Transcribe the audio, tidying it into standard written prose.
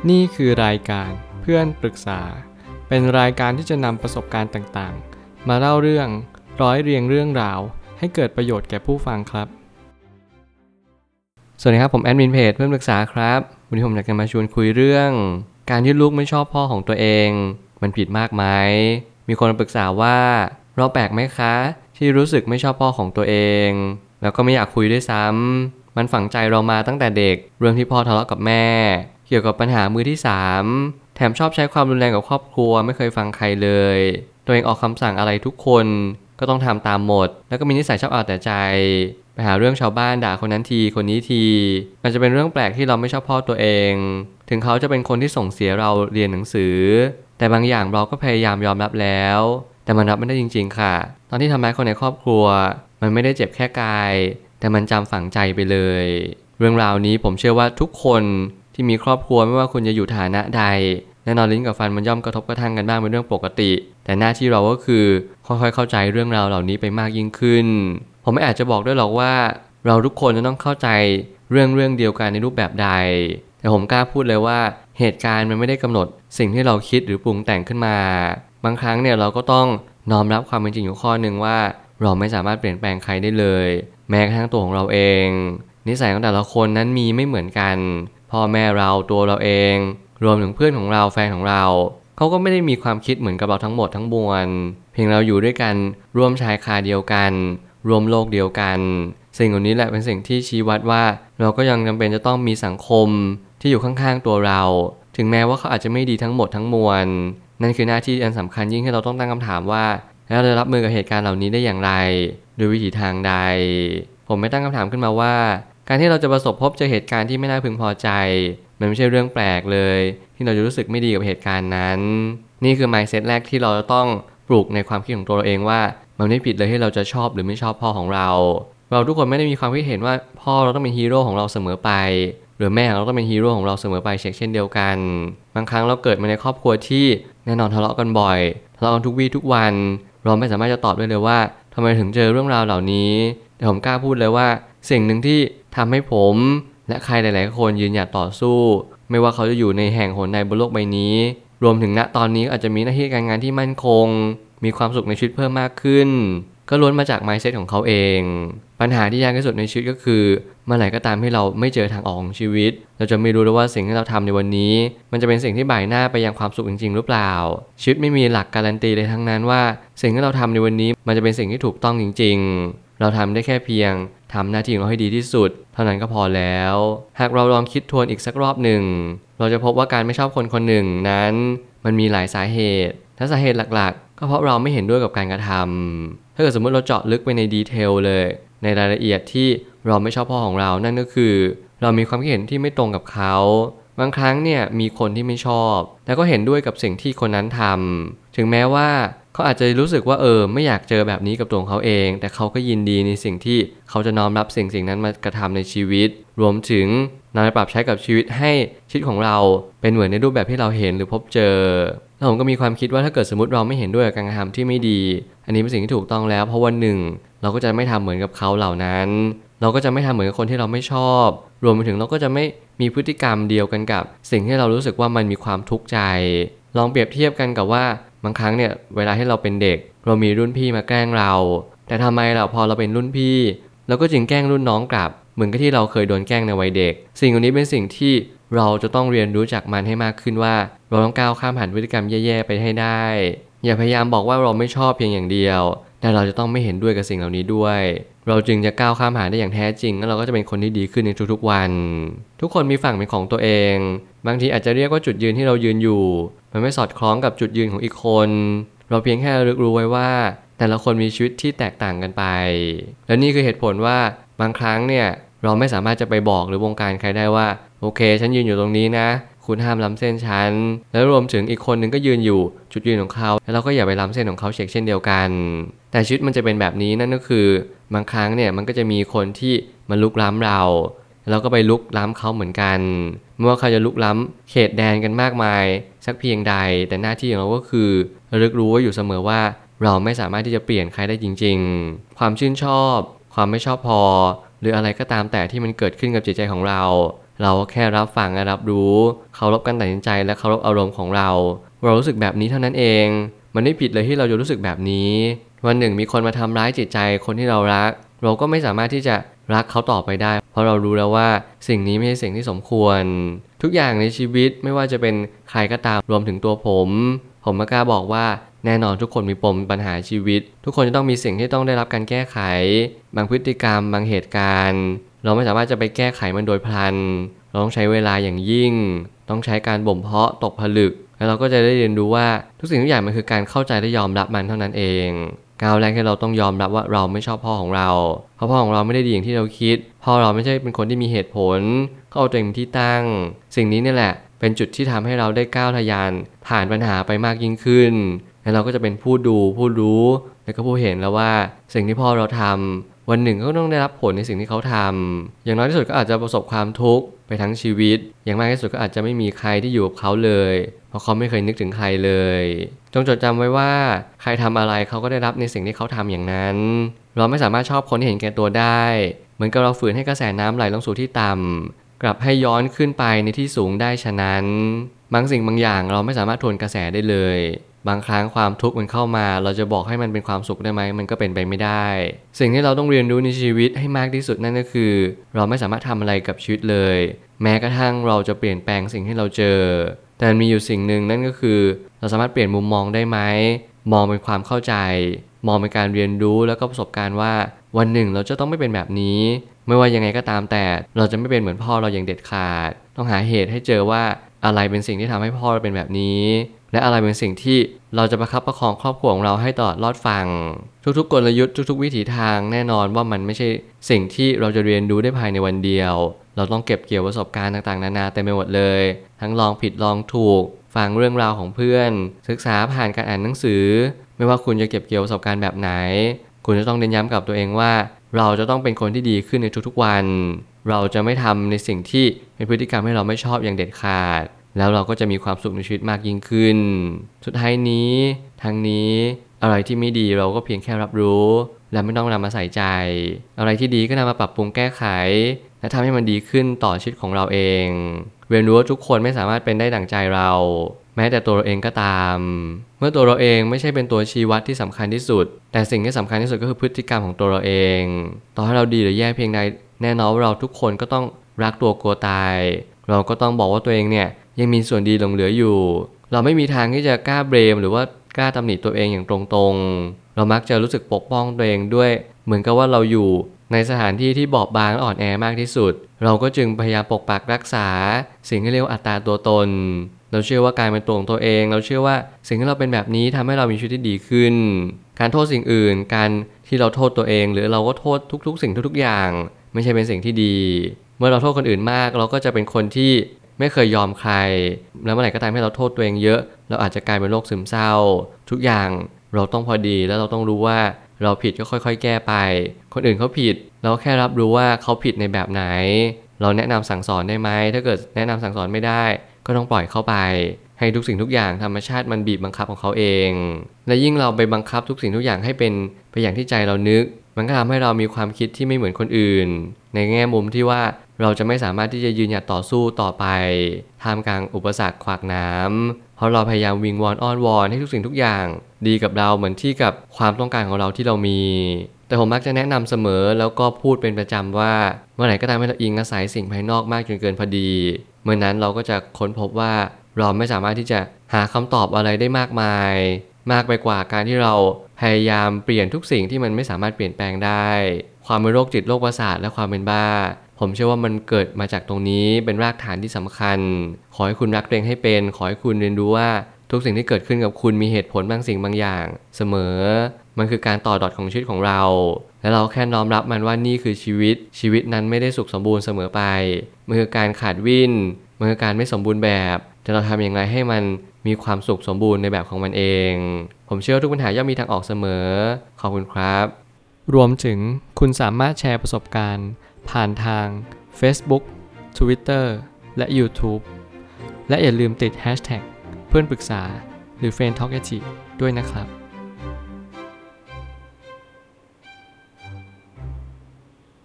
นี่คือรายการเพื่อนปรึกษาเป็นรายการที่จะนำประสบการณ์ต่างๆมาเล่าเรื่องร้อยเรียงเรื่องราวให้เกิดประโยชน์แก่ผู้ฟังครับสวัสดีครับผมแอดมินเพจเพื่อนปรึกษาครับวันนี้ผมอยากจะมาชวนคุยเรื่องการที่ลูกไม่ชอบพ่อของตัวเองมันผิดมากไหมมีคนมาปรึกษาว่าเราแปลกไหมคะที่รู้สึกไม่ชอบพ่อของตัวเองแล้วก็ไม่อยากคุยด้วยซ้ำมันฝังใจเรามาตั้งแต่เด็กเรื่องที่พ่อทะเลาะกับแม่เกี่ยวกับปัญหามือที่3แถมชอบใช้ความรุนแรงกับครอบครัวไม่เคยฟังใครเลยตัวเองออกคำสั่งอะไรทุกคนก็ต้องทำตามหมดแล้วก็มีนิสัยชอบเอาแต่ใจไปหาเรื่องชาวบ้านด่าคนนั้นทีคนนี้ทีมันจะเป็นเรื่องแปลกที่เราไม่ชอบพ่อตัวเองถึงเขาจะเป็นคนที่ส่งเสียเราเรียนหนังสือแต่บางอย่างเราก็พยายามยอมรับแล้วแต่มันรับไม่ได้จริงๆค่ะตอนที่ทำร้ายคนในครอบครัวมันไม่ได้เจ็บแค่กายแต่มันจำฝังใจไปเลยเรื่องราวนี้ผมเชื่อว่าทุกคนที่มีครอบครัวไม่ว่าคุณจะอยู่ฐานะใดแน่นอนลิ้นกับฟันมันย่อมกระทบกระทั่งกันบ้างเป็นเรื่องปกติแต่หน้าที่เราก็คือค่อยๆเข้าใจเรื่องราวเหล่านี้ไปมากยิ่งขึ้นผมไม่อาจจะบอกด้วยหรอกว่าเราทุกคนจะต้องเข้าใจเรื่องเดียวกันในรูปแบบใดแต่ผมกล้าพูดเลยว่าเหตุการณ์มันไม่ได้กำหนดสิ่งที่เราคิดหรือปรุงแต่งขึ้นมาบางครั้งเนี่ยเราก็ต้องน้อมรับความเป็นจริงอยู่ข้อหนึ่งว่าเราไม่สามารถเปลี่ยนแปลงใครได้เลยแม้กระทั่งตัวของเราเองนิสัยของแต่ละคนนั้นมีไม่เหมือนกันพ่อแม่เราตัวเราเองรวมถึงเพื่อนของเราแฟนของเราเขาก็ไม่ได้มีความคิดเหมือนกับเราทั้งหมดทั้งมวลเพียงเราอยู่ด้วยกันร่วมชายคาเดียวกันรวมโลกเดียวกันสิ่งเหล่านี้แหละเป็นสิ่งที่ชี้วัดว่าเราก็ยังจำเป็นจะต้องมีสังคมที่อยู่ข้างๆตัวเราถึงแม้ว่าเขาอาจจะไม่ดีทั้งหมดทั้งมวลนั่นคือหน้าที่อันสำคัญยิ่งที่เราต้องตั้งคำถามว่าแล้วเราจะรับมือกับเหตุการณ์เหล่านี้ได้อย่างไรโดยวิถีทางใดผมไม่ตั้งคำถามขึ้นมาว่าการที่เราจะประสบพบเจอเหตุการณ์ที่ไม่น่าพึงพอใจมันไม่ใช่เรื่องแปลกเลยที่เราจะรู้สึกไม่ดีกับเหตุการณ์นั้นนี่คือ mindset แรกที่เราจะต้องปลูกในความคิดของตัวเราเองว่ามันไม่ผิดเลยที่เราจะชอบหรือไม่ชอบพ่อของเราทุกคนไม่ได้มีความคิดเห็นว่าพ่อเราต้องเป็นฮีโร่ของเราเสมอไปหรือแม่ของเราต้องเป็นฮีโร่ของเราเสมอไปเช่นเดียวกันบางครั้งเราเกิดมาในครอบครัวที่แน่นอนทะเลาะกันบ่อยทะเลาะกันทุกวี่ทุกวันเราไม่สามารถจะตอบได้เลยว่าทำไมถึงเจอเรื่องราวเหล่านี้แต่ผมกล้าพูดเลยว่าสิ่งหนึ่งที่ทำให้ผมและใครหลายๆคนยืนหยัดต่อสู้ไม่ว่าเขาจะอยู่ในแห่งหนใดบนโลกใบนี้รวมถึงณตอนนี้อาจจะมีหน้าที่การงานที่มั่นคงมีความสุขในชีวิตเพิ่มมากขึ้นก็ล้วนมาจาก mindset ของเขาเองปัญหาที่ยากที่สุดในชีวิตก็คือเมื่อไหร่ก็ตามที่เราไม่เจอทางออกของชีวิตเราจะไม่รู้เลยว่าสิ่งที่เราทำในวันนี้มันจะเป็นสิ่งที่บ่ายหน้าไปยังความสุขจริงๆหรือเปล่าชีวิตไม่มีหลักการันตีเลยทั้งนั้นว่าสิ่งที่เราทำในวันนี้มันจะเป็นสิ่งที่ถูกต้องจริงๆเราทำได้แค่เพียงทำหน้าที่ของเราให้ดีที่สุดเท่านั้นก็พอแล้วหากเราลองคิดทวนอีกสักรอบหนึ่งเราจะพบว่าการไม่ชอบคนคนหนึ่งนั้นมันมีหลายสาเหตุและสาเหตุหลักๆก็เพราะเราไม่เห็นด้วยกับการกระทำถ้าเกิดสมมติเราเจาะลึกไปในดีเทลเลยในรายละเอียดที่เราไม่ชอบพ่อของเรานั่นก็คือเรามีความคิดเห็นที่ไม่ตรงกับเขาบางครั้งเนี่ยมีคนที่ไม่ชอบแล้วก็เห็นด้วยกับสิ่งที่คนนั้นทำถึงแม้ว่าเขาอาจจะรู้สึกว่าไม่อยากเจอแบบนี้กับตัวของเขาเองแต่เขาก็ยินดีในสิ่งที่เขาจะน้อมรับสิ่งนั้นมากระทำในชีวิตรวมถึงนำไปปรับใช้กับชีวิตให้ชีวิตของเราเป็นเหมือนในรูปแบบที่เราเห็นหรือพบเจอแล้วผมก็มีความคิดว่าถ้าเกิดสมมติเราไม่เห็นด้วยกับการกระทำที่ไม่ดีอันนี้เป็นสิ่งที่ถูกต้องแล้วเพราะวันหนึ่งเราก็จะไม่ทำเหมือนกับเขาเหล่านั้นเราก็จะไม่ทำเหมือนกับคนที่เราไม่ชอบรวมไปถึงเราก็จะไม่มีพฤติกรรมเดียวกันกับสิ่งที่เรารู้สึกว่ามันมีความทุกข์ใจลองเปรียบเทียบกันกับว่าบางครั้งเนี่ยเวลาที่เราเป็นเด็กเรามีรุ่นพี่มาแกล้งเราแต่ทำไมเราพอเราเป็นรุ่นพี่เราก็จึงแกล้งรุ่นน้องกลับเหมือนกับที่เราเคยโดนแกล้งในวัยเด็กสิ่งเหล่านี้เป็นสิ่งที่เราจะต้องเรียนรู้จากมันให้มากขึ้นว่าเราต้องก้าวข้ามผ่านพฤติกรรมแย่ๆไปให้ได้อย่าพยายามบอกว่าเราไม่ชอบเพียงอย่างเดียวแต่เราจะต้องไม่เห็นด้วยกับสิ่งเหล่านี้ด้วยเราจึงจะก้าวข้ามผ่านได้อย่างแท้จริงแล้วเราก็จะเป็นคนที่ดีขึ้นในทุกๆวันทุกคนมีฝั่งเป็นของตัวเองบางทีอาจจะเรียกว่าจุดยืนที่เรายืนอยู่มันไม่สอดคล้องกับจุดยืนของอีกคนเราเพียงแค่ระลึกรู้ไว้ว่าแต่ละคนมีชีวิตที่แตกต่างกันไปและนี่คือเหตุผลว่าบางครั้งเนี่ยเราไม่สามารถจะไปบอกหรือวงการใครได้ว่าโอเคฉันยืนอยู่ตรงนี้นะคุณห้ามล้ำเส้นฉันแล้วรวมถึงอีกคนนึงก็ยืนอยู่จุดยืนของเขาแล้วเราก็อย่าไปล้ำเส้นของเขาเช่นเดียวกันแต่ชีวิตมันจะเป็นแบบนี้นั่นก็คือบางครั้งเนี่ยมันก็จะมีคนที่มาลุกล้ำเราแล้วก็ไปลุกล้ำเขาเหมือนกันไม่ว่าเขาจะลุกล้ำเขตแดนกันมากมายสักเพียงใดแต่หน้าที่ของเราก็คือระลึกรู้ไว้อยู่เสมอว่าเราไม่สามารถที่จะเปลี่ยนใครได้จริงๆความชื่นชอบความไม่ชอบพอหรืออะไรก็ตามแต่ที่มันเกิดขึ้นกับจิตใจของเราเราแค่รับฟังและรับรู้เคารพการตัดสินใจและเคารพอารมณ์ของเรารู้สึกแบบนี้เท่านั้นเองมันไม่ผิดเลยที่เราจะรู้สึกแบบนี้วันหนึ่งมีคนมาทำร้ายจิตใจคนที่เรารักเราก็ไม่สามารถที่จะรักเขาต่อไปได้เพราะเรารู้แล้วว่าสิ่งนี้ไม่ใช่สิ่งที่สมควรทุกอย่างในชีวิตไม่ว่าจะเป็นใครก็ตามรวมถึงตัวผมไม่กล้าบอกว่าแน่นอนทุกคนมีปมปัญหาชีวิตทุกคนจะต้องมีสิ่งที่ต้องได้รับการแก้ไขบางพฤติกรรมบางเหตุการณ์เราไม่สามารถจะไปแก้ไขมันโดยพลันเราต้องใช้เวลาอย่างยิ่งต้องใช้การบ่มเพาะตกผลึกแล้วเราก็จะได้เรียนรู้ว่าทุกสิ่งทุกอย่างมันคือการเข้าใจและยอมรับมันเท่านั้นเองก้าวแรกที่เราต้องยอมรับว่าเราไม่ชอบพ่อของเราเพราะพ่อของเราไม่ได้ดีอย่างที่เราคิดพ่อเราไม่ใช่เป็นคนที่มีเหตุผลเขาเอาตัวเองเป็นที่ตั้งสิ่งนี้นี่แหละเป็นจุดที่ทำให้เราได้ก้าวทะยานผ่านปัญหาไปมากยิ่งขึ้นแล้วเราก็จะเป็นผู้ดูผู้รู้แล้วก็ผู้เห็นแล้วว่าสิ่งที่พ่อเราทำวันหนึ่งก็ต้องได้รับผลในสิ่งที่เขาทำอย่างน้อยที่สุดก็อาจจะประสบความทุกข์ไปทั้งชีวิตอย่างมากที่สุดก็อาจจะไม่มีใครที่อยู่กับเขาเลยเพราะเขาไม่เคยนึกถึงใครเลยจงจดจำไว้ว่าใครทำอะไรเขาก็ได้รับในสิ่งที่เขาทำอย่างนั้นเราไม่สามารถชอบคนที่เห็นแก่ตัวได้เหมือนกับเราฝืนให้กระแสน้ำไหลลงสู่ที่ต่ำกลับให้ย้อนขึ้นไปในที่สูงได้ฉะนั้นบางสิ่งบางอย่างเราไม่สามารถทวนกระแสได้เลยบางครั้งความทุกข์มันเข้ามาเราจะบอกให้มันเป็นความสุขได้ไหมมันก็เป็นไปไม่ได้สิ่งที่เราต้องเรียนรู้ในชีวิตให้มากที่สุดนั่นก็คือเราไม่สามารถทำอะไรกับชีวิตเลยแม้กระทั่งเราจะเปลี่ยนแปลงสิ่งที่เราเจอแต่มีอยู่สิ่งหนึ่งนั่นก็คือเราสามารถเปลี่ยนมุมมองได้ไหมมองเป็นความเข้าใจมองเป็นการเรียนรู้แล้วก็ประสบการณ์ว่าวันหนึ่งเราจะต้องไม่เป็นแบบนี้ไม่ว่ายังไงก็ตามแต่เราจะไม่เป็นเหมือนพ่อเราอย่างเด็ดขาดต้องหาเหตุให้เจอว่าอะไรเป็นสิ่งที่ทำให้พ่อเราเป็นแบบนี้และอะไรเป็นสิ่งที่เราจะประคับประคองครอบครัวของเราให้ตลอดรอดฟังทุกๆกลยุทธ์ทุกๆวิถีทางแน่นอนว่ามันไม่ใช่สิ่งที่เราจะเรียนรู้ได้ภายในวันเดียวเราต้องเก็บเกี่ยวประสบการณ์ต่างๆนานาเต็มไปหมดเลยทั้งลองผิดลองถูกฟังเรื่องราวของเพื่อนศึกษาผ่านการอ่านหนังสือไม่ว่าคุณจะเก็บเกี่ยวประสบการณ์แบบไหนคุณจะต้องเน้นย้ำกับตัวเองว่าเราจะต้องเป็นคนที่ดีขึ้นในทุกๆวันเราจะไม่ทำในสิ่งที่เป็นพฤติกรรมให้เราไม่ชอบอย่างเด็ดขาดแล้วเราก็จะมีความสุขในชีวิตมากยิ่งขึ้นสุดท้ายนี้ทั้งนี้อะไรที่ไม่ดีเราก็เพียงแค่รับรู้และไม่ต้องนำมาใส่ใจอะไรที่ดีก็นำมาปรับปรุงแก้ไขและทำให้มันดีขึ้นต่อชีวิตของเราเองเรียนรู้ว่าทุกคนไม่สามารถเป็นได้ดั่งใจเราแม้แต่ตัวเราเองก็ตามเมื่อตัวเราเองไม่ใช่เป็นตัวชี้วัดที่สำคัญที่สุดแต่สิ่งที่สำคัญที่สุดก็คือพฤติกรรมของตัวเราเองต่อให้เราดีหรือแย่เพียงใดแน่นอนว่าเราทุกคนก็ต้องรักตัวกลัวตายเราก็ต้องบอกว่าตัวเองเนี่ยยังมีส่วนดีหลงเหลืออยู่เราไม่มีทางที่จะกล้าเบรมหรือว่ากล้าตำหนิตัวเองอย่างตรงๆเรามักจะรู้สึกปกป้องตัวเองด้วยเหมือนกับว่าเราอยู่ในสถานที่ที่บอบบางและอ่อนแอมากที่สุดเราก็จึงพยายามปกปักรักษาสิ่งที่เรียกว่าอัตตาตัวตนเราเชื่อว่าการเป็นตัวของตัวเองเราเชื่อว่าสิ่งที่เราเป็นแบบนี้ทำให้เรามีชีวิตที่ดีขึ้นการโทษสิ่งอื่นการที่เราโทษตัวเองหรือเราก็โทษทุกๆสิ่งทุกๆอย่างไม่ใช่เป็นสิ่งที่ดีเมื่อเราโทษคนอื่นมากเราก็จะเป็นคนที่ไม่เคยยอมใครแล้วเมื่อไหร่ก็ตามให้เราโทษตัวเองเยอะเราอาจจะกลายเป็นโรคซึมเศร้าทุกอย่างเราต้องพอดีแล้วเราต้องรู้ว่าเราผิดก็ค่อยๆแก้ไปคนอื่นเขาผิดเราแค่รับรู้ว่าเขาผิดในแบบไหนเราแนะนำสั่งสอนได้ไหมถ้าเกิดแนะนำสั่งสอนไม่ได้ก็ต้องปล่อยเข้าไปให้ทุกสิ่งทุกอย่างธรรมชาติมันบีบบังคับของเขาเองและยิ่งเราไปบังคับทุกสิ่งทุกอย่างให้เป็นไปอย่างที่ใจเรานึกมันก็ทำให้เรามีความคิดที่ไม่เหมือนคนอื่นในแง่มุมที่ว่าเราจะไม่สามารถที่จะยืนหยัดต่อสู้ต่อไปท่ามกลางอุปสรรคขวากน้ำเพราะเราพยายามวิงวอนอ้อนวอนให้ทุกสิ่งทุกอย่างดีกับเราเหมือนที่กับความต้องการของเราที่เรามีแต่ผมมักจะแนะนำเสมอแล้วก็พูดเป็นประจำว่าเมื่อไหร่ก็ตามให้เราอิงอาศัยสิ่งภายนอกมากจนเกินพอดีเมื่อนั้นเราก็จะค้นพบว่าเราไม่สามารถที่จะหาคำตอบอะไรได้มากมายมากไปกว่าการที่เราพยายามเปลี่ยนทุกสิ่งที่มันไม่สามารถเปลี่ยนแปลงได้ความเป็นโรคจิตโรคประสาทและความเป็นบ้าผมเชื่อว่ามันเกิดมาจากตรงนี้เป็นรากฐานที่สำคัญขอให้คุณรักตัวเองให้เป็นขอให้คุณเรียนรู้ว่าทุกสิ่งที่เกิดขึ้นกับคุณมีเหตุผลบางสิ่งบางอย่างเสมอมันคือการต่อดอทของชีวิตของเราและเราแค่น้อมรับมันว่านี่คือชีวิตนั้นไม่ได้สุขสมบูรณ์เสมอไปมันคือการขาดวิ่นมันคือการไม่สมบูรณ์แบบแต่เราทำอย่างไรให้มันมีความสุขสมบูรณ์ในแบบของมันเองผมเชื่อว่าทุกปัญหาย่อมมีทางออกเสมอขอบคุณครับรวมถึงคุณสามารถแชร์ประสบการณ์ผ่านทาง Facebook Twitter และ YouTube และอย่าลืมติด Hashtag เพื่อนปรึกษาหรือ Friend Talkative ด้วยนะครับ